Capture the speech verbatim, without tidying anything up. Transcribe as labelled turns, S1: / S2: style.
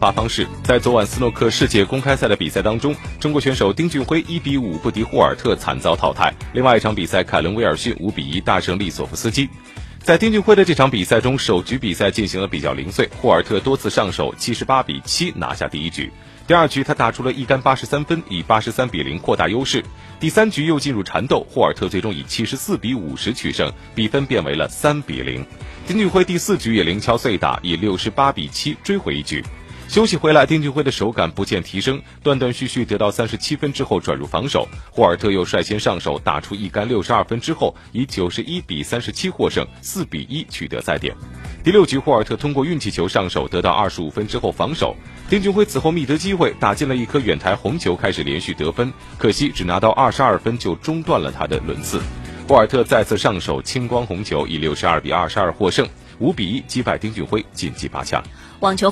S1: 发方式，在昨晚斯诺克世界公开赛的比赛当中，中国选手丁俊晖一比五不敌霍尔特，惨遭淘汰。另外一场比赛，凯伦威尔逊五比一大胜利索夫斯基。在丁俊晖的这场比赛中，首局比赛进行得比较零碎，霍尔特多次上手，七十八比七拿下第一局。第二局他打出了一杆八十三分，以八十三比零扩大优势。第三局又进入缠斗，霍尔特最终以七十四比五十取胜，比分变为了三比零。丁俊晖第四局也零敲碎打，以六十八比七追回一局。休息回来，丁俊晖的手感不见提升，断断续续得到三十七分之后转入防守，霍尔特又率先上手，打出一杆六十二分之后，以九十一比三十七获胜，四比一取得赛点。第六局，霍尔特通过运气球上手，得到二十五分之后防守，丁俊晖此后觅得机会，打进了一颗远台红球，开始连续得分，可惜只拿到二十二分就中断了他的轮次。霍尔特再次上手青光红球，以六十二比二十二获胜，五比一击败丁俊晖，晋级八强。
S2: 网球